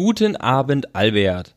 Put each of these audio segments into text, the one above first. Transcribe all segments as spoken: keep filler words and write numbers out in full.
Guten Abend, Albert.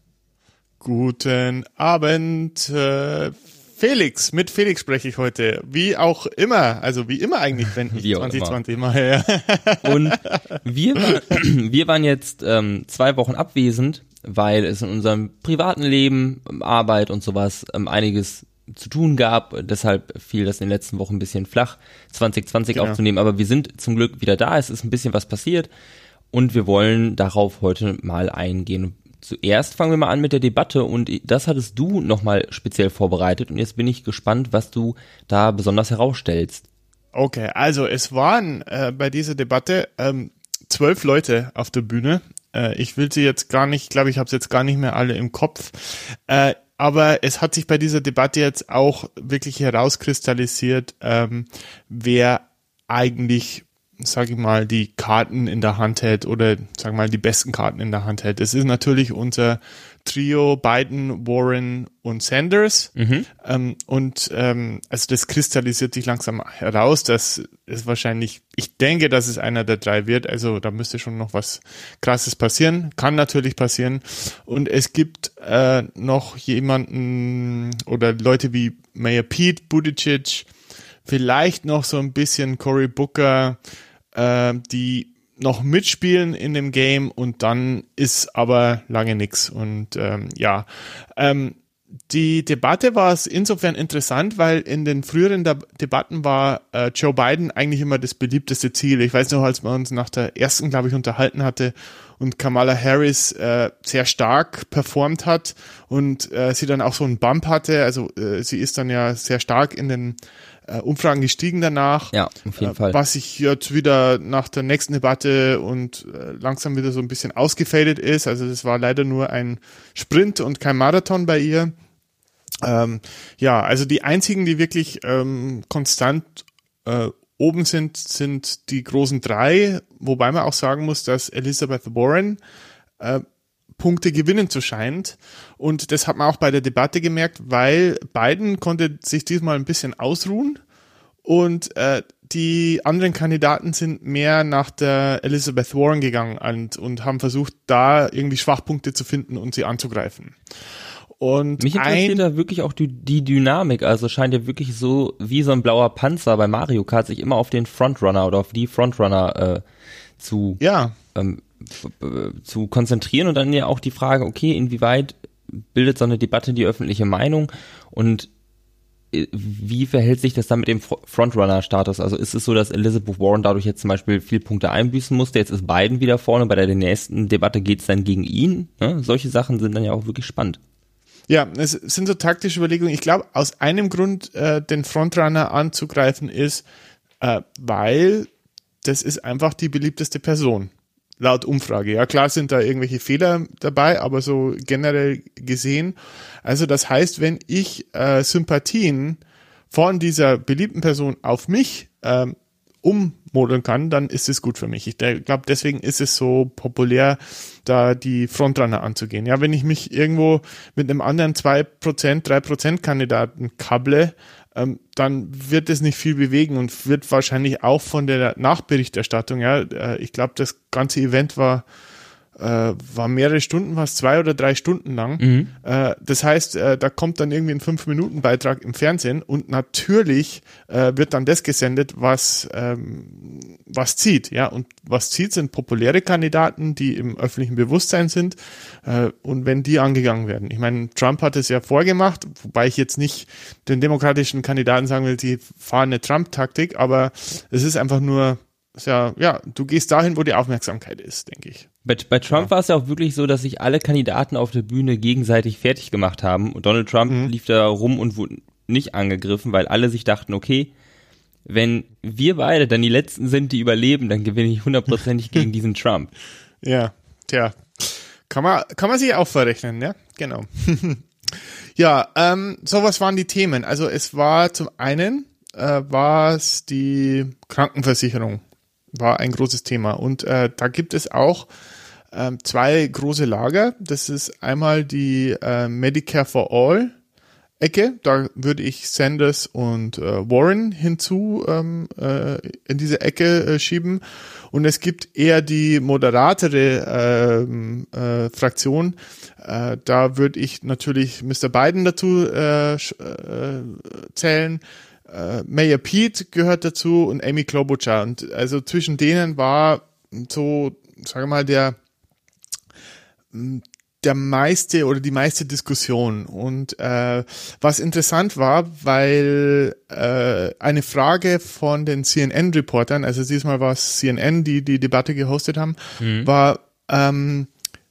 Guten Abend, äh, Felix. Mit Felix spreche ich heute. Wie auch immer, also wie immer eigentlich, wenn ich zwanzig zwanzig mache. Ja. Und wir, war, wir waren jetzt ähm, zwei Wochen abwesend, weil es in unserem privaten Leben, Arbeit und sowas ähm, einiges zu tun gab. Deshalb fiel das in den letzten Wochen ein bisschen flach, zwanzig zwanzig genau. aufzunehmen. Aber wir sind zum Glück wieder da. Es ist ein bisschen was passiert und wir wollen darauf heute mal eingehen. Zuerst fangen wir mal an mit der Debatte und das hattest du nochmal speziell vorbereitet und jetzt bin ich gespannt, was du da besonders herausstellst. Okay, also es waren äh, bei dieser Debatte ähm, zwölf Leute auf der Bühne. Äh, ich will sie jetzt gar nicht, glaube ich, habe es jetzt gar nicht mehr alle im Kopf. Äh, aber es hat sich bei dieser Debatte jetzt auch wirklich herauskristallisiert, ähm, wer eigentlich, sag ich mal, die Karten in der Hand hält oder, sag ich mal, die besten Karten in der Hand hält. Es ist natürlich unser Trio Biden, Warren und Sanders. Mhm. Ähm, und ähm, also das kristallisiert sich langsam heraus, dass es wahrscheinlich, ich denke, dass es einer der drei wird. Also da müsste schon noch was Krasses passieren. Kann natürlich passieren. Und es gibt äh, noch jemanden oder Leute wie Mayor Pete Buttigieg, vielleicht noch so ein bisschen Cory Booker, äh, die noch mitspielen in dem Game und dann ist aber lange nix. Und ähm, ja, ähm, die Debatte war insofern interessant, weil in den früheren De- Debatten war äh, Joe Biden eigentlich immer das beliebteste Ziel. Ich weiß noch, als man uns nach der ersten, glaube ich, unterhalten hatte und Kamala Harris äh, sehr stark performt hat und äh, sie dann auch so einen Bump hatte. Also äh, sie ist dann ja sehr stark in den äh, Umfragen gestiegen danach. Ja, auf jeden äh, Fall. Was sich jetzt wieder nach der nächsten Debatte und äh, langsam wieder so ein bisschen ausgefadet ist. Also das war leider nur ein Sprint und kein Marathon bei ihr. Ähm, ja, also die einzigen, die wirklich ähm, konstant äh, oben sind, sind die großen drei, wobei man auch sagen muss, dass Elizabeth Warren äh, Punkte gewinnen zu scheint. Und das hat man auch bei der Debatte gemerkt, weil Biden konnte sich diesmal ein bisschen ausruhen und äh, die anderen Kandidaten sind mehr nach der Elizabeth Warren gegangen und, und haben versucht, da irgendwie Schwachpunkte zu finden und sie anzugreifen. Und mich interessiert da wirklich auch die, die Dynamik, also scheint ja wirklich so wie so ein blauer Panzer bei Mario Kart sich immer auf den Frontrunner oder auf die Frontrunner äh, zu ja. ähm, zu konzentrieren und dann ja auch die Frage, okay, inwieweit bildet so eine Debatte die öffentliche Meinung und wie verhält sich das dann mit dem Frontrunner-Status? Also ist es so, dass Elizabeth Warren dadurch jetzt zum Beispiel viel Punkte einbüßen musste, jetzt ist Biden wieder vorne, bei der nächsten Debatte geht es dann gegen ihn, ne? Solche Sachen sind dann ja auch wirklich spannend. Ja, es sind so taktische Überlegungen. Ich glaube, aus einem Grund, äh, den Frontrunner anzugreifen ist, äh, weil das ist einfach die beliebteste Person. Laut Umfrage. Ja, klar sind da irgendwelche Fehler dabei, aber so generell gesehen. Also das heißt, wenn ich äh, Sympathien von dieser beliebten Person auf mich ähm, ummodeln kann, dann ist es gut für mich. Ich glaube, deswegen ist es so populär, da die Frontrunner anzugehen. Ja, wenn ich mich irgendwo mit einem anderen zwei Prozent, drei Prozent Kandidaten kable, ähm, dann wird es nicht viel bewegen und wird wahrscheinlich auch von der Nachberichterstattung, ja, äh, ich glaube, das ganze Event war äh, war mehrere Stunden, war es zwei oder drei Stunden lang. Mhm. Äh, das heißt, äh, da kommt dann irgendwie ein fünf-Minuten-Beitrag im Fernsehen und natürlich äh, wird dann das gesendet, was ähm, was zieht, ja, und was zieht, sind populäre Kandidaten, die im öffentlichen Bewusstsein sind äh, und wenn die angegangen werden. Ich meine, Trump hat es ja vorgemacht, wobei ich jetzt nicht den demokratischen Kandidaten sagen will, die fahren eine Trump-Taktik, aber es ist einfach nur ja, ja, du gehst dahin, wo die Aufmerksamkeit ist, denke ich. Bei, bei Trump ja. war es ja auch wirklich so, dass sich alle Kandidaten auf der Bühne gegenseitig fertig gemacht haben. Und Donald Trump mhm. lief da rum und wurde nicht angegriffen, weil alle sich dachten, okay, wenn wir beide dann die Letzten sind, die überleben, dann gewinne ich hundertprozentig gegen diesen Trump. Ja, tja, kann man, kann man sich auch verrechnen, ja, genau. Ja, ähm, sowas waren die Themen. Also es war zum einen, äh, war es die Krankenversicherung. War ein großes Thema. Und äh, da gibt es auch ähm, zwei große Lager. Das ist einmal die äh, Medicare for All Ecke, da würde ich Sanders und äh, Warren hinzu ähm, äh, in diese Ecke äh, schieben. Und es gibt eher die moderatere ähm, äh, Fraktion. Äh, da würde ich natürlich Mister Biden dazu äh, äh, zählen. Äh, Mayor Pete gehört dazu und Amy Klobuchar. Und also zwischen denen war so, sagen wir mal, der der meiste oder die meiste Diskussion. Und äh, was interessant war, weil äh, eine Frage von den C N N-Reportern, also diesmal war es C N N, die die Debatte gehostet haben, mhm. war, ähm,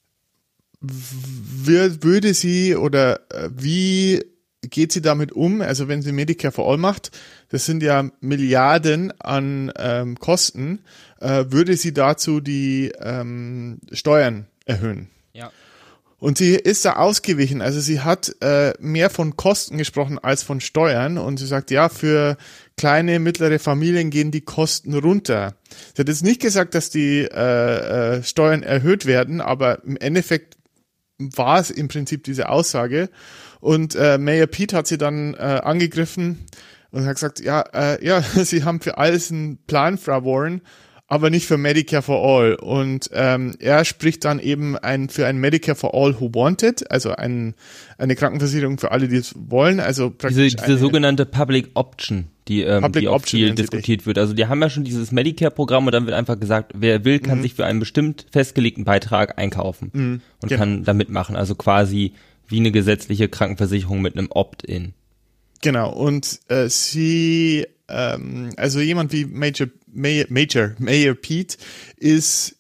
würde sie oder äh, wie geht sie damit um, also wenn sie Medicare for All macht, das sind ja Milliarden an ähm, Kosten, äh, würde sie dazu die ähm, Steuern erhöhen? Ja. Und sie ist da ausgewichen, also sie hat äh, mehr von Kosten gesprochen als von Steuern und sie sagt, ja, für kleine, mittlere Familien gehen die Kosten runter. Sie hat jetzt nicht gesagt, dass die äh, äh, Steuern erhöht werden, aber im Endeffekt war es im Prinzip diese Aussage. Und äh, Mayor Pete hat sie dann äh, angegriffen und hat gesagt, ja, äh, ja, sie haben für alles einen Plan, Frau Warren, aber nicht für Medicare for All. Und ähm, er spricht dann eben ein, für ein Medicare for All who want it, also ein, eine Krankenversicherung für alle, die es wollen. Also praktisch diese, diese eine, sogenannte Public Option, die, ähm, Public die auch Option viel diskutiert wird. Also die haben ja schon dieses Medicare-Programm und dann wird einfach gesagt, wer will, kann mhm. sich für einen bestimmt festgelegten Beitrag einkaufen mhm, und genau. kann da mitmachen. Also quasi wie eine gesetzliche Krankenversicherung mit einem Opt-in. Genau, und äh, sie, ähm, also jemand wie Major, Mayor, Major, Mayor Pete ist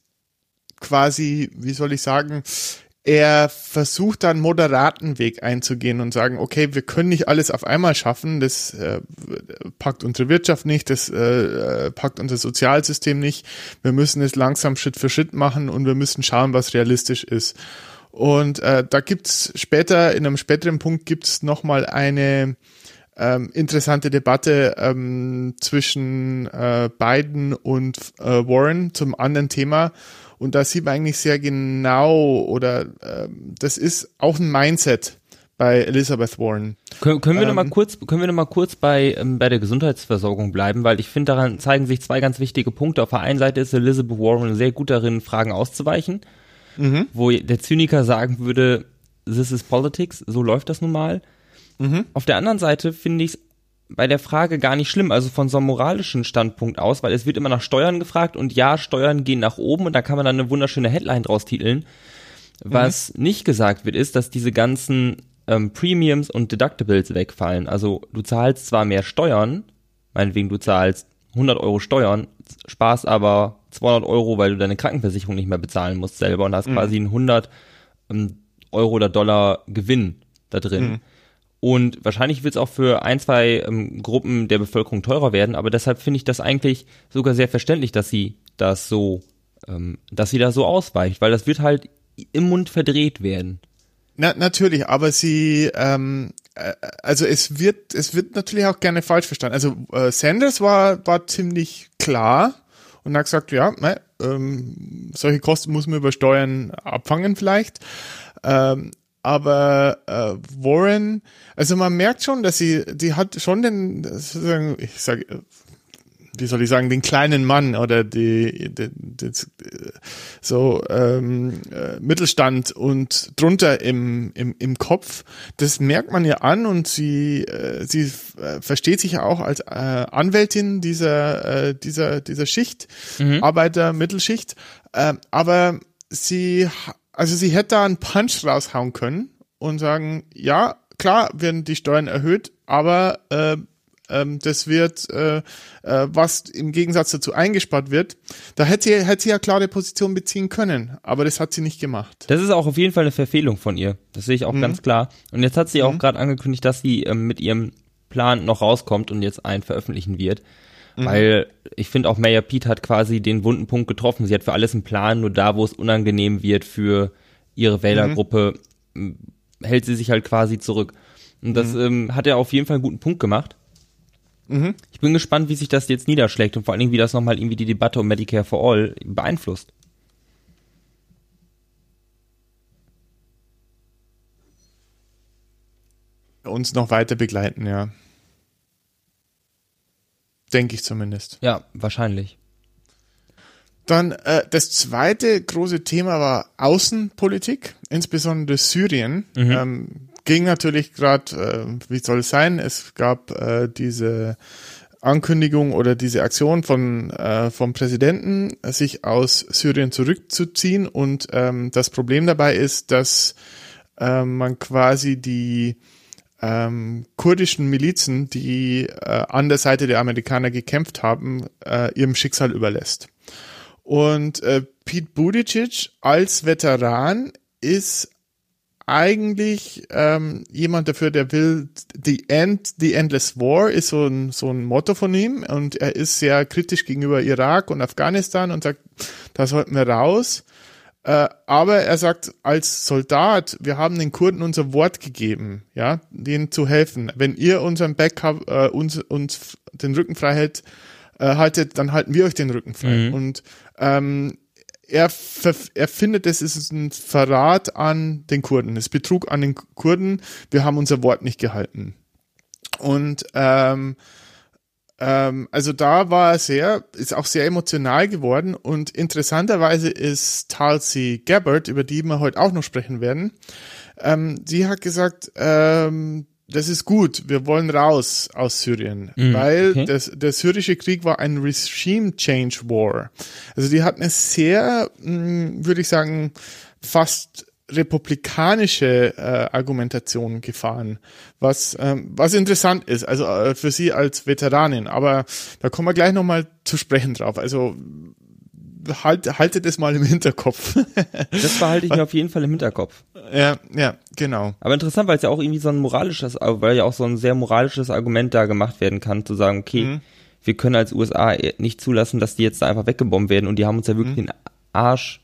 quasi, wie soll ich sagen, er versucht da einen moderaten Weg einzugehen und sagen, okay, wir können nicht alles auf einmal schaffen, das äh, packt unsere Wirtschaft nicht, das äh, packt unser Sozialsystem nicht, wir müssen es langsam Schritt für Schritt machen und wir müssen schauen, was realistisch ist. Und äh, da gibt's später, in einem späteren Punkt gibt's nochmal eine ähm, interessante Debatte ähm, zwischen äh, Biden und äh, Warren zum anderen Thema. Und da sieht man eigentlich sehr genau, oder ähm, das ist auch ein Mindset bei Elizabeth Warren. Können, können wir ähm, noch mal kurz, können wir noch mal kurz bei ähm, bei der Gesundheitsversorgung bleiben, weil ich finde, daran zeigen sich zwei ganz wichtige Punkte. Auf der einen Seite ist Elizabeth Warren sehr gut darin, Fragen auszuweichen. Mhm. Wo der Zyniker sagen würde, this is politics, so läuft das nun mal. Mhm. Auf der anderen Seite finde ich es bei der Frage gar nicht schlimm, also von so einem moralischen Standpunkt aus, weil es wird immer nach Steuern gefragt und ja, Steuern gehen nach oben und da kann man dann eine wunderschöne Headline draus titeln. Was mhm. nicht gesagt wird, ist, dass diese ganzen ähm, Premiums und Deductibles wegfallen. Also du zahlst zwar mehr Steuern, meinetwegen du zahlst hundert Euro Steuern, sparst aber zweihundert Euro, weil du deine Krankenversicherung nicht mehr bezahlen musst selber und hast mhm. quasi einen hundert ähm, Euro oder Dollar Gewinn da drin. Mhm. Und wahrscheinlich wird es auch für ein, zwei ähm, Gruppen der Bevölkerung teurer werden, aber deshalb finde ich das eigentlich sogar sehr verständlich, dass sie das so, ähm, dass sie da so ausweicht, weil das wird halt im Mund verdreht werden. Na, natürlich, aber sie, ähm, äh, also es wird, es wird natürlich auch gerne falsch verstanden. Also äh, Sanders war, war ziemlich klar und hat gesagt, ja, ne, ähm, solche Kosten muss man über Steuern abfangen vielleicht. Ähm, aber äh, Warren, also man merkt schon, dass sie, die hat schon den, sozusagen, ich sage, wie soll ich sagen, den kleinen Mann oder die, die, die so ähm, äh, Mittelstand und drunter im, im im Kopf. Das merkt man ihr an und sie äh, sie äh, versteht sich ja auch als äh, Anwältin dieser äh, dieser dieser Schicht, mhm. Arbeiter Mittelschicht. Äh, aber sie also sie hätte da einen Punch raushauen können und sagen, ja klar werden die Steuern erhöht, aber äh, das wird, äh, äh, was im Gegensatz dazu eingespart wird, da hätte sie, hätte sie ja klare Position beziehen können, aber das hat sie nicht gemacht. Das ist auch auf jeden Fall eine Verfehlung von ihr, das sehe ich auch mhm. ganz klar. Und jetzt hat sie mhm. auch gerade angekündigt, dass sie ähm, mit ihrem Plan noch rauskommt und jetzt einen veröffentlichen wird, mhm. weil ich finde auch Mayor Pete hat quasi den wunden Punkt getroffen. Sie hat für alles einen Plan, nur da, wo es unangenehm wird für ihre Wählergruppe, mhm. hält sie sich halt quasi zurück. Und das mhm. ähm, hat er auf jeden Fall einen guten Punkt gemacht. Mhm. Ich bin gespannt, wie sich das jetzt niederschlägt und vor allen Dingen, wie das nochmal irgendwie die Debatte um Medicare for All beeinflusst. uns noch weiter begleiten, ja. Denke ich zumindest. Ja, wahrscheinlich. Dann äh, das zweite große Thema war Außenpolitik, insbesondere Syrien. Mhm. Ähm, ging natürlich gerade, äh, wie soll es sein, es gab äh, diese Ankündigung oder diese Aktion von äh, vom Präsidenten, sich aus Syrien zurückzuziehen. Und ähm, das Problem dabei ist, dass äh, man quasi die ähm, kurdischen Milizen, die äh, an der Seite der Amerikaner gekämpft haben, äh, ihrem Schicksal überlässt. Und äh, Pete Buttigieg als Veteran ist eigentlich ähm, jemand dafür, der will the end, the endless war ist so ein so ein Motto von ihm, und er ist sehr kritisch gegenüber Irak und Afghanistan und sagt, da sollten wir raus. Äh, aber er sagt, als Soldat, wir haben den Kurden unser Wort gegeben, ja, denen zu helfen. Wenn ihr unseren Backup, äh, uns uns den Rücken frei hält, äh, haltet, dann halten wir euch den Rücken frei. Mhm. Und ähm, Er, er findet, es ist ein Verrat an den Kurden, es ist Betrug an den Kurden, wir haben unser Wort nicht gehalten. Und ähm, ähm, also da war er sehr, ist auch sehr emotional geworden, und interessanterweise ist Tulsi Gabbard, über die wir heute auch noch sprechen werden, ähm, sie hat gesagt, ähm, das ist gut, wir wollen raus aus Syrien, mm, weil okay. das, der syrische Krieg war ein Regime Change War. Also die hat eine sehr, würde ich sagen, fast republikanische äh, Argumentation gefahren, was ähm, was interessant ist, also äh, für sie als Veteranin, aber da kommen wir gleich nochmal zu sprechen drauf. Also halt, haltet es mal im Hinterkopf. Das behalte ich mir auf jeden Fall im Hinterkopf. Ja, ja, genau. Aber interessant, weil es ja auch irgendwie so ein moralisches, weil ja auch so ein sehr moralisches Argument da gemacht werden kann, zu sagen, okay, mhm. wir können als U S A nicht zulassen, dass die jetzt da einfach weggebombt werden, und die haben uns ja wirklich mhm. den Arsch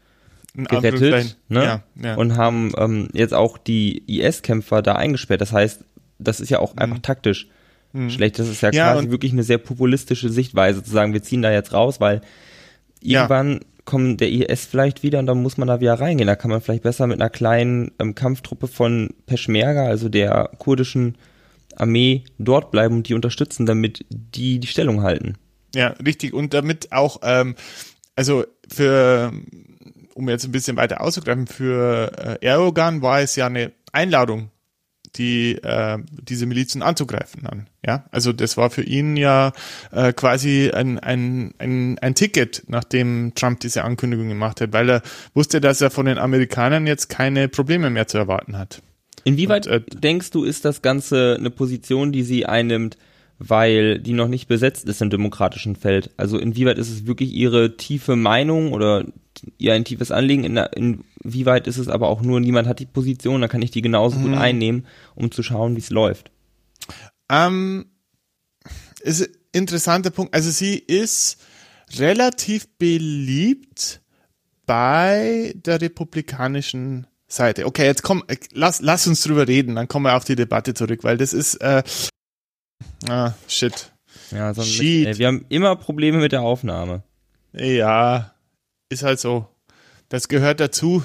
gerettet, ne? Ja, ja. Und haben ähm, jetzt auch die I S-Kämpfer da eingesperrt. Das heißt, das ist ja auch mhm. einfach taktisch mhm. schlecht. Das ist ja, ja quasi wirklich eine sehr populistische Sichtweise, zu sagen, wir ziehen da jetzt raus, weil irgendwann ja. kommt der I S vielleicht wieder und dann muss man da wieder reingehen. Da kann man vielleicht besser mit einer kleinen ähm, Kampftruppe von Peschmerga, also der kurdischen Armee, dort bleiben und die unterstützen, damit die die Stellung halten. Ja, richtig. Und damit auch, ähm, also für, um jetzt ein bisschen weiter auszugreifen, für äh, Erdogan war es ja eine Einladung, die äh, diese Milizen anzugreifen dann. Ja, also das war für ihn ja äh, quasi ein, ein, ein, ein Ticket, nachdem Trump diese Ankündigung gemacht hat, weil er wusste, dass er von den Amerikanern jetzt keine Probleme mehr zu erwarten hat. Inwieweit Und, äh, denkst du, ist das Ganze eine Position, die sie einnimmt, weil die noch nicht besetzt ist im demokratischen Feld? Also inwieweit ist es wirklich ihre tiefe Meinung oder ihr ein tiefes Anliegen? In, inwieweit ist es aber auch nur, niemand hat die Position, dann kann ich die genauso mhm. gut einnehmen, um zu schauen, wie es läuft? Ähm, ist ein interessanter Punkt. Also sie ist relativ beliebt bei der republikanischen Seite. Okay, jetzt komm, lass, lass uns drüber reden, dann kommen wir auf die Debatte zurück, weil das ist, äh, ah, shit. Ja, so mit, ey, wir haben immer Probleme mit der Aufnahme. Ja, ist halt so. Das gehört dazu.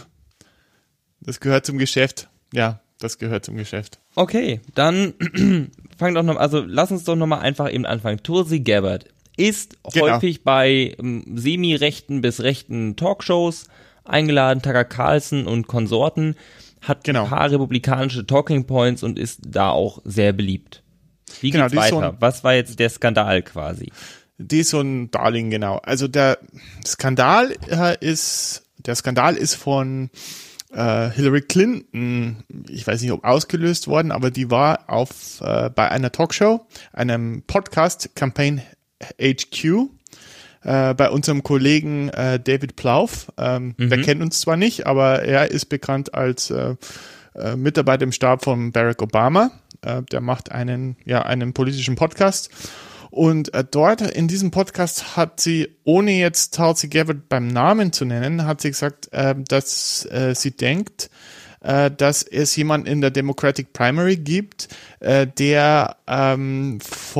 Das gehört zum Geschäft. Ja, das gehört zum Geschäft. Okay, dann fang doch noch, also lass uns doch noch mal einfach eben anfangen. Tulsi Gabbard ist genau. häufig bei ähm, semi-rechten bis rechten Talkshows eingeladen, Tucker Carlson und Konsorten, hat genau. ein paar republikanische Talking Points und ist da auch sehr beliebt. Wie geht's genau, weiter? So ein, Was war jetzt der Skandal quasi? Die ist so ein Darling, genau. Also der Skandal äh, ist, der Skandal ist von äh, Hillary Clinton, ich weiß nicht, ob ausgelöst worden, aber die war auf äh, bei einer Talkshow, einem Podcast, Campaign H Q, äh, bei unserem Kollegen äh, David Plouffe. Ähm, mhm. Der kennt uns zwar nicht, aber er ist bekannt als äh, äh, Mitarbeiter im Stab von Barack Obama. Äh, der macht einen, ja, einen politischen Podcast. Und äh, dort in diesem Podcast hat sie, ohne jetzt Tulsi Gabbard beim Namen zu nennen, hat sie gesagt, äh, dass äh, sie denkt, äh, dass es jemanden in der Democratic Primary gibt, äh, der ähm,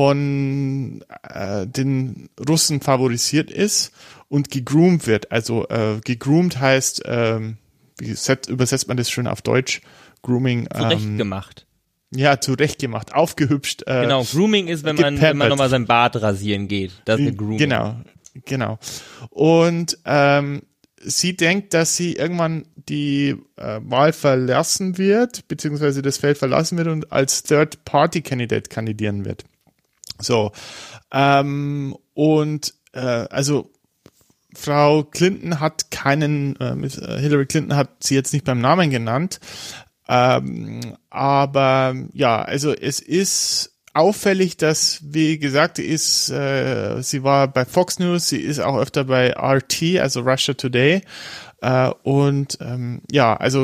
von äh, den Russen favorisiert ist und gegroomt wird. Also äh, gegroomt heißt, äh, wie set, übersetzt man das schön auf Deutsch? Grooming. Zurecht gemacht. ja, zurechtgemacht, aufgehübscht. Äh, genau, Grooming ist, wenn man, wenn man nochmal sein Bart rasieren geht. Das ist eine Grooming. Genau, genau. Und ähm, sie denkt, dass sie irgendwann die äh, Wahl verlassen wird, beziehungsweise das Feld verlassen wird und als Third-Party-Candidate kandidieren wird. So, ähm, und äh, also Frau Clinton hat keinen, äh, Hillary Clinton hat sie jetzt nicht beim Namen genannt, ähm, aber ja, also es ist auffällig, dass, wie gesagt, ist, äh, sie war bei Fox News, sie ist auch öfter bei R T, also Russia Today, äh, und ähm, ja, also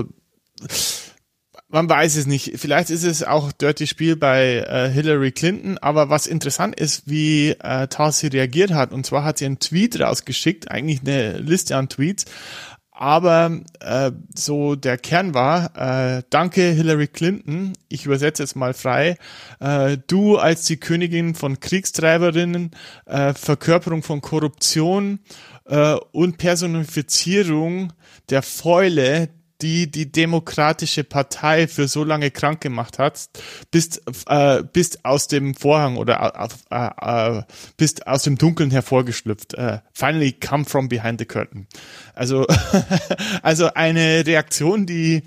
man weiß es nicht. Vielleicht ist es auch Dirty Spiel bei äh, Hillary Clinton, aber was interessant ist, wie äh, Tulsi reagiert hat. Und zwar hat sie einen Tweet rausgeschickt, eigentlich eine Liste an Tweets, aber äh, so der Kern war, äh, danke Hillary Clinton, ich übersetze jetzt mal frei, äh, du als die Königin von Kriegstreiberinnen, äh, Verkörperung von Korruption äh, und Personifizierung der Fäule, die die Demokratische Partei für so lange krank gemacht hat, bist, äh, bist aus dem Vorhang oder äh, äh, bist aus dem Dunkeln hervorgeschlüpft. Äh, finally come from behind the curtain. Also, also eine Reaktion, die,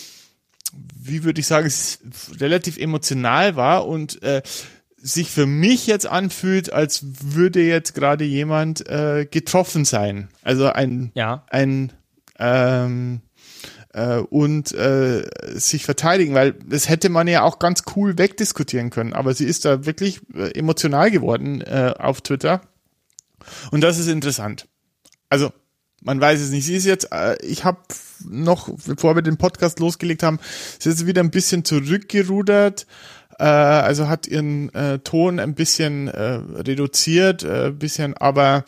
wie würde ich sagen, relativ emotional war und äh, sich für mich jetzt anfühlt, als würde jetzt gerade jemand äh, getroffen sein. Also ein, ja. ein ähm, und äh, sich verteidigen, weil das hätte man ja auch ganz cool wegdiskutieren können, aber sie ist da wirklich äh, emotional geworden äh, auf Twitter und das ist interessant. Also man weiß es nicht. Sie ist jetzt, äh, ich habe noch, bevor wir den Podcast losgelegt haben, sie ist wieder ein bisschen zurückgerudert, äh, also hat ihren äh, Ton ein bisschen äh, reduziert, äh, ein bisschen, aber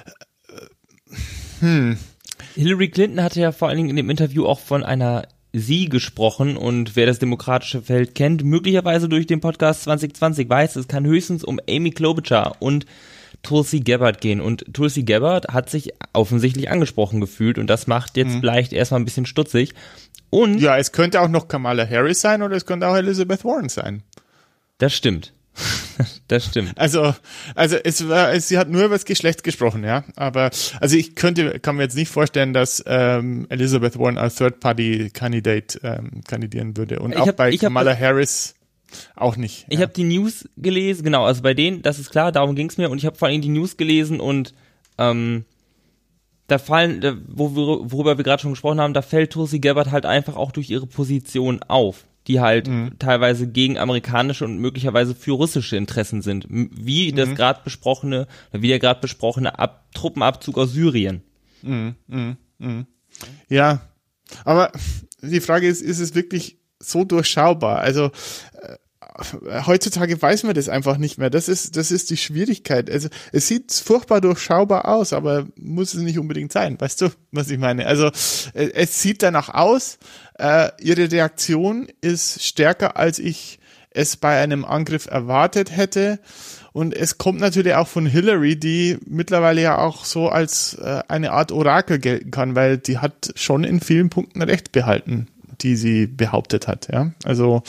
äh, hm, Hillary Clinton hatte ja vor allen Dingen in dem Interview auch von einer Sie gesprochen und wer das demokratische Feld kennt, möglicherweise durch den Podcast zwanzig zwanzig weiß, es kann höchstens um Amy Klobuchar und Tulsi Gabbard gehen und Tulsi Gabbard hat sich offensichtlich angesprochen gefühlt und das macht jetzt mhm. vielleicht erstmal ein bisschen stutzig. Und ja, es könnte auch noch Kamala Harris sein oder es könnte auch Elizabeth Warren sein. Das stimmt. Das stimmt. Also, also es war, sie hat nur über das Geschlecht gesprochen, ja. Aber also ich könnte, kann mir jetzt nicht vorstellen, dass ähm, Elizabeth Warren als Third-Party-Candidate ähm, kandidieren würde. Und ich auch hab, bei ich Kamala hab, Harris auch nicht. Ich ja. habe die News gelesen, genau, also bei denen, das ist klar, darum ging's mir. Und ich habe vor allem die News gelesen und ähm, da fallen, da, wo wir, worüber wir gerade schon gesprochen haben, da fällt Tulsi Gabbard halt einfach auch durch ihre Position auf, die halt mhm. teilweise gegen amerikanische und möglicherweise für russische Interessen sind. Wie das mhm. gerade besprochene, wie der gerade besprochene Ab- Truppenabzug aus Syrien. Mhm. Mhm. Mhm. Ja, aber die Frage ist, ist es wirklich so durchschaubar? Also äh, heutzutage weiß man das einfach nicht mehr. Das ist, das ist die Schwierigkeit. Also es sieht furchtbar durchschaubar aus, aber muss es nicht unbedingt sein. Weißt du, was ich meine? Also äh, es sieht danach aus. Äh, ihre Reaktion ist stärker, als ich es bei einem Angriff erwartet hätte. Und es kommt natürlich auch von Hillary, die mittlerweile ja auch so als äh, eine Art Orakel gelten kann, weil die hat schon in vielen Punkten Recht behalten, die sie behauptet hat. Ja, also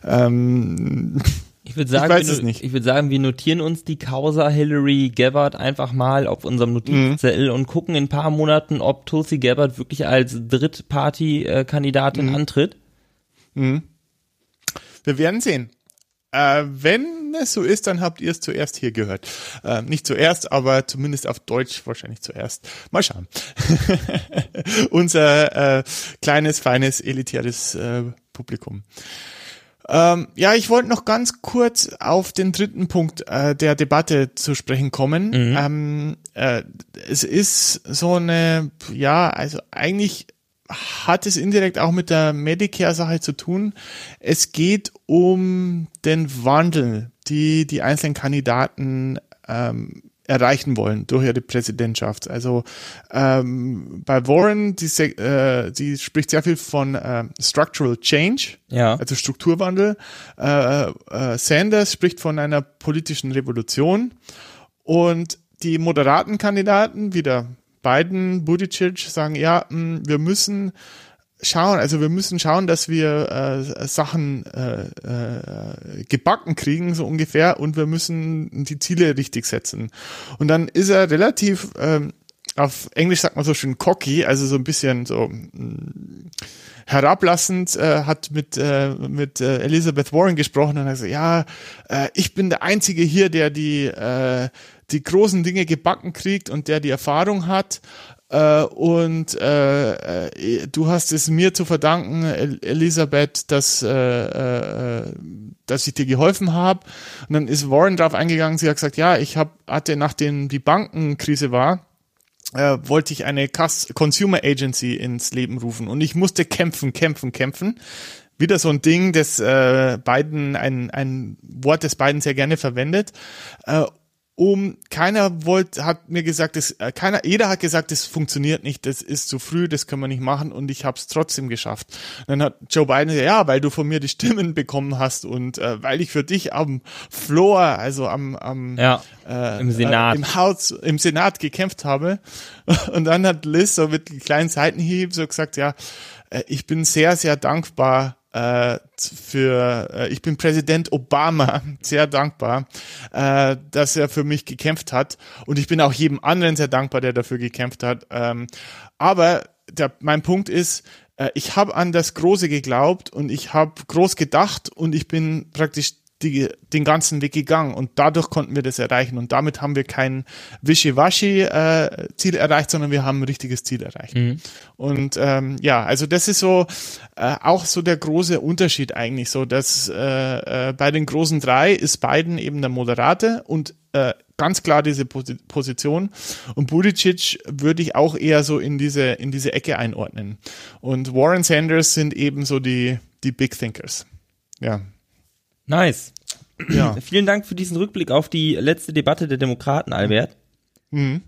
ähm, ich würde sagen, ich weiß wir, es nicht. Ich würde sagen, wir notieren uns die Causa Hillary Gabbard einfach mal auf unserem Notizzettel mhm. und gucken in ein paar Monaten, ob Tulsi Gabbard wirklich als Drittparty-Kandidatin mhm. antritt. Mhm. Wir werden sehen. Äh, wenn es so ist, dann habt ihr es zuerst hier gehört. Äh, nicht zuerst, aber zumindest auf Deutsch wahrscheinlich zuerst. Mal schauen. Unser äh, kleines, feines, elitäres äh, Publikum. Ähm, ja, ich wollte noch ganz kurz auf den dritten Punkt äh, der Debatte zu sprechen kommen. Mhm. Ähm, äh, es ist so eine, ja, also eigentlich hat es indirekt auch mit der Medicare-Sache zu tun. Es geht um den Wandel, die die einzelnen Kandidaten ähm, erreichen wollen durch ihre Präsidentschaft. Also ähm, bei Warren, die, äh, die spricht sehr viel von äh, Structural Change, ja. also Strukturwandel. Äh, äh, Sanders spricht von einer politischen Revolution. Und die moderaten Kandidaten, wieder Biden, Buttigieg, sagen, ja, mh, wir müssen schauen, also wir müssen schauen, dass wir äh, Sachen äh, äh, gebacken kriegen, so ungefähr, und wir müssen die Ziele richtig setzen. Und dann ist er relativ, ähm, auf Englisch sagt man so schön cocky, also so ein bisschen so mh, herablassend, äh, hat mit äh, mit äh, Elizabeth Warren gesprochen und hat gesagt, ja, äh, ich bin der Einzige hier, der die äh, die großen Dinge gebacken kriegt und der die Erfahrung hat. Uh, und äh, äh, du hast es mir zu verdanken, El- Elisabeth, dass, äh, äh, dass ich dir geholfen habe. Und dann ist Warren drauf eingegangen, sie hat gesagt, ja, ich hab, hatte, nachdem die Bankenkrise war, äh, wollte ich eine Cus- Consumer Agency ins Leben rufen. Und ich musste kämpfen, kämpfen, kämpfen. Wieder so ein Ding, das äh, Biden, ein, ein Wort, das Biden sehr gerne verwendet. Äh, Um, keiner wollte, hat mir gesagt, das, äh, keiner, jeder hat gesagt, das funktioniert nicht, das ist zu früh, das können wir nicht machen, und ich habe es trotzdem geschafft. Und dann hat Joe Biden gesagt, ja, weil du von mir die Stimmen bekommen hast und äh, weil ich für dich am Floor, also am, am ja, äh, im Senat, äh, im Haus, im Senat gekämpft habe. Und dann hat Liz so mit einem kleinen Seitenhieb so gesagt, ja, äh, ich bin sehr, sehr dankbar für, äh, ich bin Präsident Obama sehr dankbar, äh, dass er für mich gekämpft hat, und ich bin auch jedem anderen sehr dankbar, der dafür gekämpft hat. Ähm, aber der, mein Punkt ist, äh, ich habe an das Große geglaubt und ich habe groß gedacht und ich bin praktisch die, den ganzen Weg gegangen, und dadurch konnten wir das erreichen, und damit haben wir kein Wischiwaschi-Ziel äh, erreicht, sondern wir haben ein richtiges Ziel erreicht. Mhm. Und ähm, ja, also das ist so äh, auch so der große Unterschied eigentlich, so dass äh, äh, bei den großen drei ist Biden eben der Moderate und äh, ganz klar diese Posi- Position, und Buttigieg würde ich auch eher so in diese in diese Ecke einordnen, und Warren, Sanders sind eben so die die Big Thinkers. Ja. Nice. Ja. Vielen Dank für diesen Rückblick auf die letzte Debatte der Demokraten, Albert. Mhm.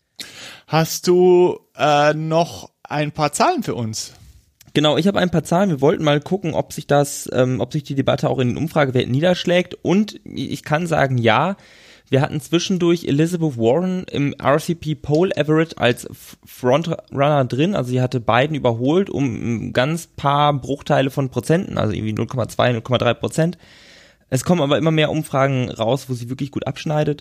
Hast du äh, noch ein paar Zahlen für uns? Genau, ich habe ein paar Zahlen. Wir wollten mal gucken, ob sich das, ähm, ob sich die Debatte auch in den Umfragewerten niederschlägt. Und ich kann sagen, ja, wir hatten zwischendurch Elizabeth Warren im R C P Poll Average als Frontrunner drin. Also sie hatte Biden überholt um ein ganz paar Bruchteile von Prozenten, also irgendwie null Komma zwei, null Komma drei Prozent. Es kommen aber immer mehr Umfragen raus, wo sie wirklich gut abschneidet.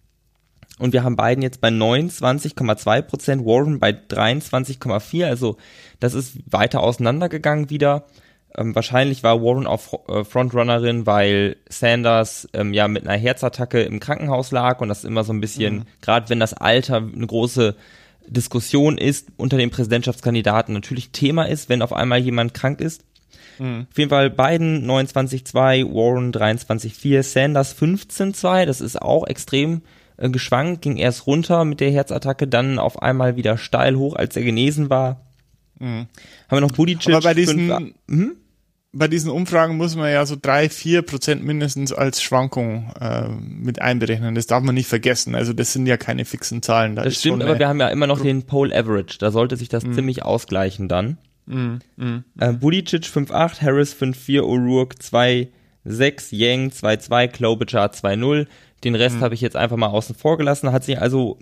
Und wir haben Biden jetzt bei neunundzwanzig Komma zwei Prozent, Warren bei dreiundzwanzig Komma vier. Also das ist weiter auseinandergegangen wieder. Ähm, wahrscheinlich war Warren auch äh, Frontrunnerin, weil Sanders ähm, ja mit einer Herzattacke im Krankenhaus lag. Und das immer so ein bisschen, mhm. gerade wenn das Alter eine große Diskussion ist unter den Präsidentschaftskandidaten, natürlich Thema ist, wenn auf einmal jemand krank ist. Mhm. Auf jeden Fall Biden neunundzwanzig Komma zwei, Warren dreiundzwanzig Komma vier, Sanders fünfzehn Komma zwei, das ist auch extrem äh, geschwankt, ging erst runter mit der Herzattacke, dann auf einmal wieder steil hoch, als er genesen war. Mhm. Haben wir noch Buttigieg. Aber bei diesen, hm? bei diesen Umfragen muss man ja so drei, vier Prozent mindestens als Schwankung äh, mit einberechnen. Das darf man nicht vergessen. Also das sind ja keine fixen Zahlen. Da das ist stimmt, schon aber wir haben ja immer noch den Poll Average. Da sollte sich das mhm. ziemlich ausgleichen dann. Mm, mm, äh, Buttigieg fünf Komma acht, Harris fünf Komma vier, O'Rourke zwei Komma sechs, Yang zwei Komma zwei, Klobuchar zwei Komma null. Den Rest mm. habe ich jetzt einfach mal außen vor gelassen. Hat sich also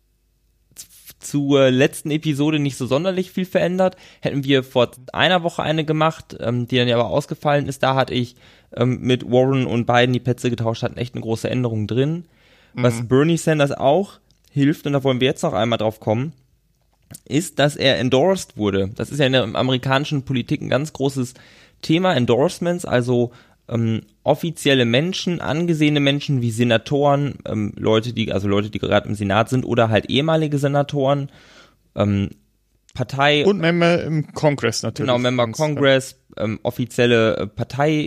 z- zur letzten Episode nicht so sonderlich viel verändert. Hätten wir vor einer Woche eine gemacht, ähm, die dann ja aber ausgefallen ist. Da hatte ich ähm, mit Warren und Biden die Plätze getauscht, hatten echt eine große Änderung drin. Mm. Was Bernie Sanders auch hilft, und da wollen wir jetzt noch einmal drauf kommen, ist, dass er endorsed wurde. Das ist ja in der amerikanischen Politik ein ganz großes Thema, Endorsements, also ähm, offizielle Menschen, angesehene Menschen wie Senatoren, ähm, Leute, die, also Leute, die gerade im Senat sind oder halt ehemalige Senatoren, ähm, Partei. Und Member im Kongress natürlich. Genau, Member Congress, ähm, offizielle äh,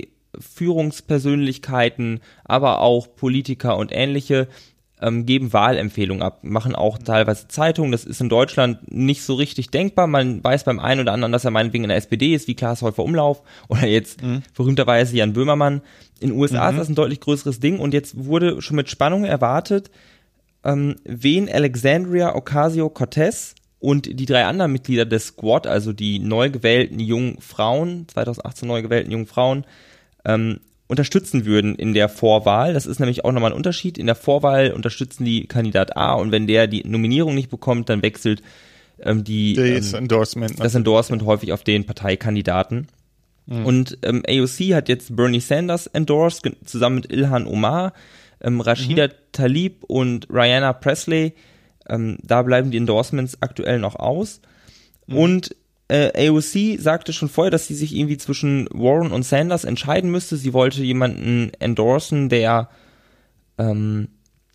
Parteiführungspersönlichkeiten, aber auch Politiker und ähnliche, Ähm, geben Wahlempfehlungen ab, machen auch teilweise Zeitungen. Das ist in Deutschland nicht so richtig denkbar. Man weiß beim einen oder anderen, dass er meinetwegen in der S P D ist, wie Klaas Häufer Umlauf oder jetzt mhm. berühmterweise Jan Böhmermann. In den U S A mhm. ist das ein deutlich größeres Ding, und jetzt wurde schon mit Spannung erwartet, ähm, wen Alexandria Ocasio-Cortez und die drei anderen Mitglieder des Squad, also die neu gewählten jungen Frauen, zwanzig achtzehn neu gewählten jungen Frauen, ähm, unterstützen würden in der Vorwahl. Das ist nämlich auch nochmal ein Unterschied. In der Vorwahl unterstützen die Kandidat A, und wenn der die Nominierung nicht bekommt, dann wechselt ähm, die das ähm, Endorsement. das Endorsement häufig auf den Parteikandidaten. Mhm. Und ähm, A O C hat jetzt Bernie Sanders endorsed, ge- zusammen mit Ilhan Omar, ähm, Rashida mhm. Tlaib und Rihanna Presley. Ähm, da bleiben die Endorsements aktuell noch aus. Mhm. Und äh, A O C sagte schon vorher, dass sie sich irgendwie zwischen Warren und Sanders entscheiden müsste. Sie wollte jemanden endorsen, der ähm,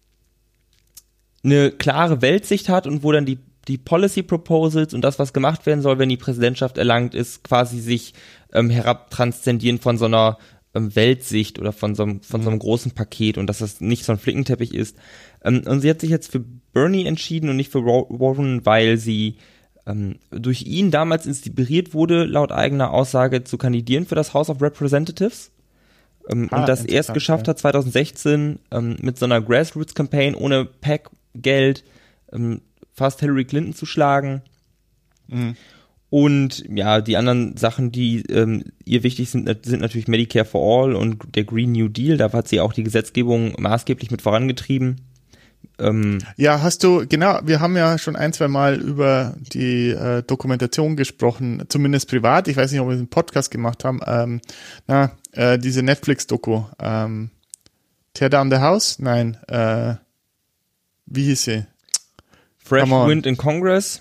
eine klare Weltsicht hat und wo dann die, die Policy Proposals und das, was gemacht werden soll, wenn die Präsidentschaft erlangt ist, quasi sich ähm, herabtranszendieren von so einer ähm, Weltsicht oder von so einem, von mhm. so einem großen Paket und dass das nicht so ein Flickenteppich ist. Ähm, und sie hat sich jetzt für Bernie entschieden und nicht für Warren, weil sie ähm, durch ihn damals inspiriert wurde, laut eigener Aussage zu kandidieren für das House of Representatives. Ähm, ah, und das erst geschafft ja. hat zwanzig sechzehn ähm, mit so einer Grassroots-Campaign ohne PAC-Geld ähm, fast Hillary Clinton zu schlagen. Mhm. Und ja, die anderen Sachen, die ähm, ihr wichtig sind, sind natürlich Medicare for All und der Green New Deal. Da hat sie auch die Gesetzgebung maßgeblich mit vorangetrieben. Ähm, ja, hast du, genau, wir haben ja schon ein, zwei Mal über die äh, Dokumentation gesprochen, zumindest privat. Ich weiß nicht, ob wir einen Podcast gemacht haben. Ähm, na, äh, diese Netflix-Doku. Ähm, Tear Down the House? Nein. Äh, wie hieß sie? Fresh Wind in Congress?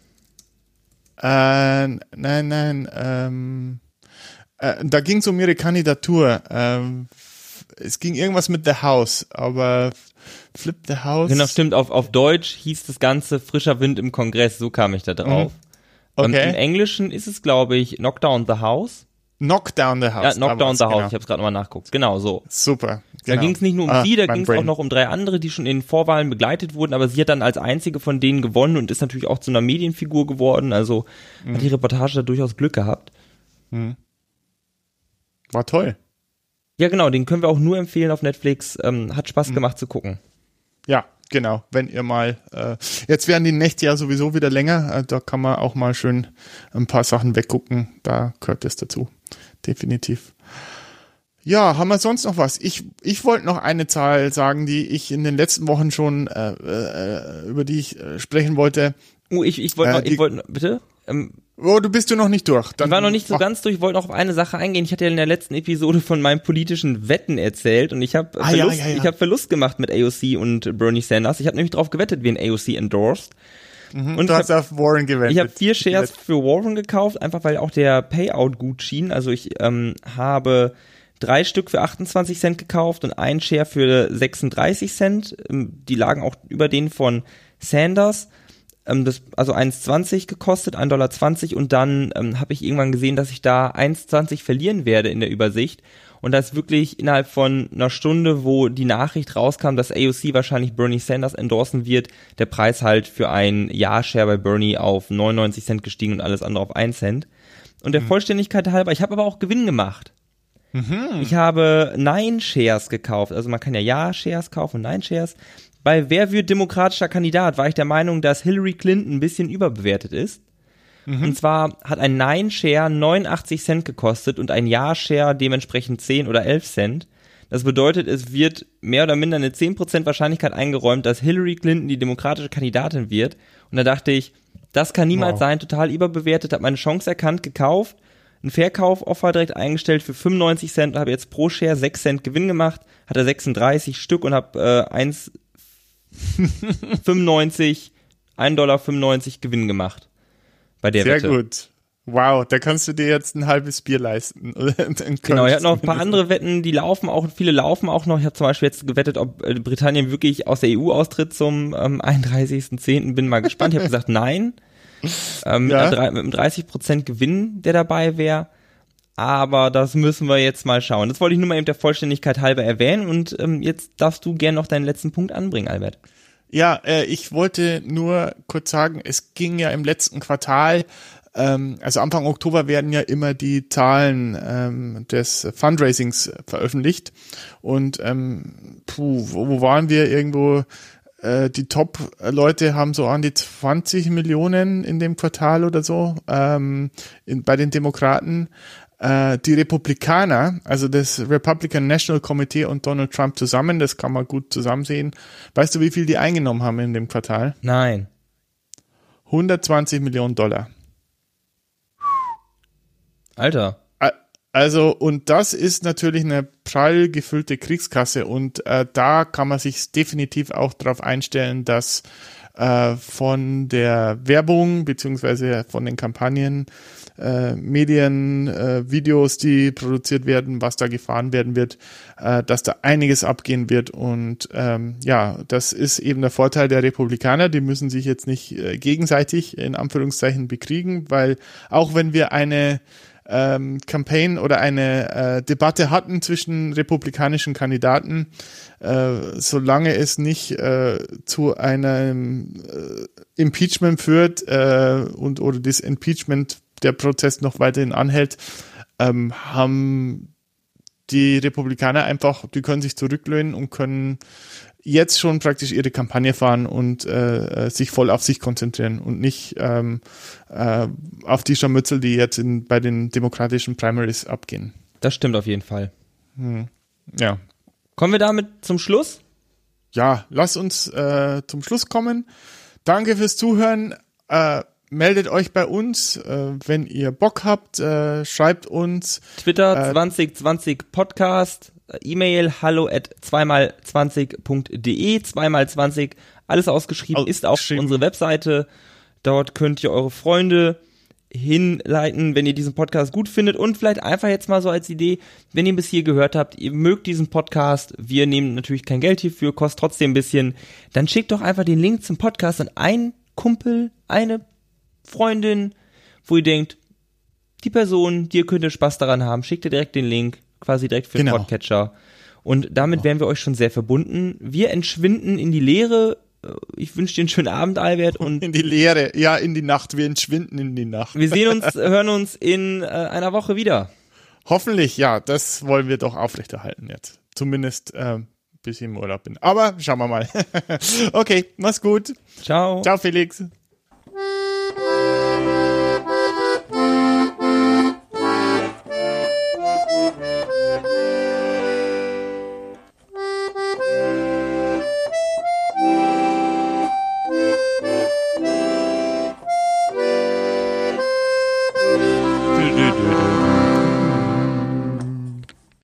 Äh, nein, nein. Ähm, äh, da ging es um ihre Kandidatur. Ähm, es ging irgendwas mit The House, aber Flip the House. Genau, stimmt. Auf, auf Deutsch hieß das Ganze Frischer Wind im Kongress. So kam ich da drauf. Mhm. Okay. Ähm, Im Englischen ist es, glaube ich, Knock Down the House. Knock Down the House. Ja, Knock Down the House. Genau. Ich habe es gerade nochmal nachgeguckt. Genau, so. Super. Genau. Da ging es nicht nur um ah, sie, da ging es auch noch um drei andere, die schon in den Vorwahlen begleitet wurden, aber sie hat dann als einzige von denen gewonnen und ist natürlich auch zu einer Medienfigur geworden. Also mhm. hat die Reportage da durchaus Glück gehabt. Mhm. War toll. Ja, genau, den können wir auch nur empfehlen auf Netflix. Ähm, hat Spaß mhm. gemacht zu gucken. Ja, genau. Wenn ihr mal, äh, jetzt werden die Nächte ja sowieso wieder länger. Äh, da kann man auch mal schön ein paar Sachen weggucken. Da gehört es dazu. Definitiv. Ja, haben wir sonst noch was? Ich, ich wollte noch eine Zahl sagen, die ich in den letzten Wochen schon, äh, äh, über die ich äh, sprechen wollte. Oh, ich, ich wollte äh, noch, ich wollte, bitte? Ähm, Oh, du bist du noch nicht durch. Dann ich war noch nicht so ach. ganz durch, ich wollte noch auf eine Sache eingehen. Ich hatte ja in der letzten Episode von meinen politischen Wetten erzählt und ich habe ah, Verlust, ja, ja, ja. ich habe Verlust gemacht mit A O C und Bernie Sanders. Ich habe nämlich drauf gewettet, wen A O C endorsed. Mhm, und du hast hab, auf Warren gewettet. Ich habe vier Shares für Warren gekauft, einfach weil auch der Payout gut schien. Also ich ähm, habe drei Stück für achtundzwanzig Cent gekauft und ein Share für sechsunddreißig Cent. Die lagen auch über den von Sanders. Das, also eins zwanzig gekostet, ein Dollar zwanzig und dann ähm, habe ich irgendwann gesehen, dass ich da eins zwanzig verlieren werde in der Übersicht und das wirklich innerhalb von einer Stunde, wo die Nachricht rauskam, dass A O C wahrscheinlich Bernie Sanders endorsen wird, der Preis halt für ein Ja-Share bei Bernie auf neunundneunzig Cent gestiegen und alles andere auf ein Cent. Und der mhm. Vollständigkeit halber, ich habe aber auch Gewinn gemacht. Mhm. Ich habe Nein-Shares gekauft, also man kann ja Ja-Shares kaufen und Nein-Shares. Bei Wer wird demokratischer Kandidat war ich der Meinung, dass Hillary Clinton ein bisschen überbewertet ist. Mhm. Und zwar hat ein Nein-Share neunundachtzig Cent gekostet und ein Ja-Share dementsprechend zehn oder elf Cent. Das bedeutet, es wird mehr oder minder eine zehn Prozent Wahrscheinlichkeit eingeräumt, dass Hillary Clinton die demokratische Kandidatin wird. Und da dachte ich, das kann niemals wow. sein, total überbewertet, habe meine Chance erkannt, gekauft, ein Verkauf-Offer direkt eingestellt für fünfundneunzig Cent, habe jetzt pro Share sechs Cent Gewinn gemacht, hatte sechsunddreißig Stück und habe äh, eins fünfundneunzig, ein Dollar fünfundneunzig Gewinn gemacht bei der Sehr Wette. Sehr gut. Wow, da kannst du dir jetzt ein halbes Bier leisten. Genau, ich habe noch ein paar andere Wetten, die laufen auch, viele laufen auch noch. Ich habe zum Beispiel jetzt gewettet, ob äh, Britannien wirklich aus der E U austritt zum ähm, einunddreißigsten zehnten Bin mal gespannt. Ich habe gesagt, nein. Ähm, ja. mit, einer, mit einem dreißig Prozent Gewinn, der dabei wäre. Aber das müssen wir jetzt mal schauen. Das wollte ich nur mal eben der Vollständigkeit halber erwähnen. Und ähm, jetzt darfst du gerne noch deinen letzten Punkt anbringen, Albert. Ja, äh, ich wollte nur kurz sagen, es ging ja im letzten Quartal, ähm, also Anfang Oktober werden ja immer die Zahlen ähm, des Fundraisings veröffentlicht. Und ähm, puh, wo, wo waren wir irgendwo? Äh, die Top-Leute haben so an die zwanzig Millionen in dem Quartal oder so ähm, in, bei den Demokraten. Die Republikaner, also das Republican National Committee und Donald Trump zusammen, das kann man gut zusammen sehen. Weißt du, wie viel die eingenommen haben in dem Quartal? Nein. hundertzwanzig Millionen Dollar. Alter. Also, und das ist natürlich eine prall gefüllte Kriegskasse und äh, da kann man sich definitiv auch darauf einstellen, dass äh, von der Werbung beziehungsweise von den Kampagnen, äh, Medien, äh, Videos, die produziert werden, was da gefahren werden wird, äh, dass da einiges abgehen wird und ähm, ja, das ist eben der Vorteil der Republikaner, die müssen sich jetzt nicht äh, gegenseitig in Anführungszeichen bekriegen, weil auch wenn wir eine Ähm, Campaign oder eine äh, Debatte hatten zwischen republikanischen Kandidaten, äh, solange es nicht äh, zu einem äh, Impeachment führt äh, und oder das Impeachment der Prozess noch weiterhin anhält, ähm, haben die Republikaner einfach, die können sich zurücklehnen und können jetzt schon praktisch ihre Kampagne fahren und äh, sich voll auf sich konzentrieren und nicht ähm, äh, auf die Scharmützel, die jetzt in, bei den demokratischen Primaries abgehen. Das stimmt auf jeden Fall. Hm. Ja. Kommen wir damit zum Schluss? Ja, lass uns äh, zum Schluss kommen. Danke fürs Zuhören. Äh, meldet euch bei uns, äh, wenn ihr Bock habt. Äh, schreibt uns. Twitter äh, zwanzig zwanzig Podcast. E-Mail hallo at zweimal zwanzig punkt de, zweimal zwanzig, alles ausgeschrieben, ist auf unsere Webseite. Dort könnt ihr eure Freunde hinleiten, wenn ihr diesen Podcast gut findet und vielleicht einfach jetzt mal so als Idee, wenn ihr bis hier gehört habt, ihr mögt diesen Podcast, wir nehmen natürlich kein Geld hierfür, kostet trotzdem ein bisschen, dann schickt doch einfach den Link zum Podcast an einen Kumpel, eine Freundin, wo ihr denkt, die Person, die ihr könntet Spaß daran haben, schickt ihr direkt den Link, quasi direkt für den genau. Podcatcher. Und damit oh. wären wir euch schon sehr verbunden. Wir entschwinden in die Leere. Ich wünsche dir einen schönen Abend, Albert. Und in die Leere, ja, in die Nacht. Wir entschwinden in die Nacht. Wir sehen uns, hören uns in äh, einer Woche wieder. Hoffentlich, ja. Das wollen wir doch aufrechterhalten jetzt. Zumindest äh, bis ich im Urlaub bin. Aber schauen wir mal. Okay, mach's gut. Ciao. Ciao, Felix.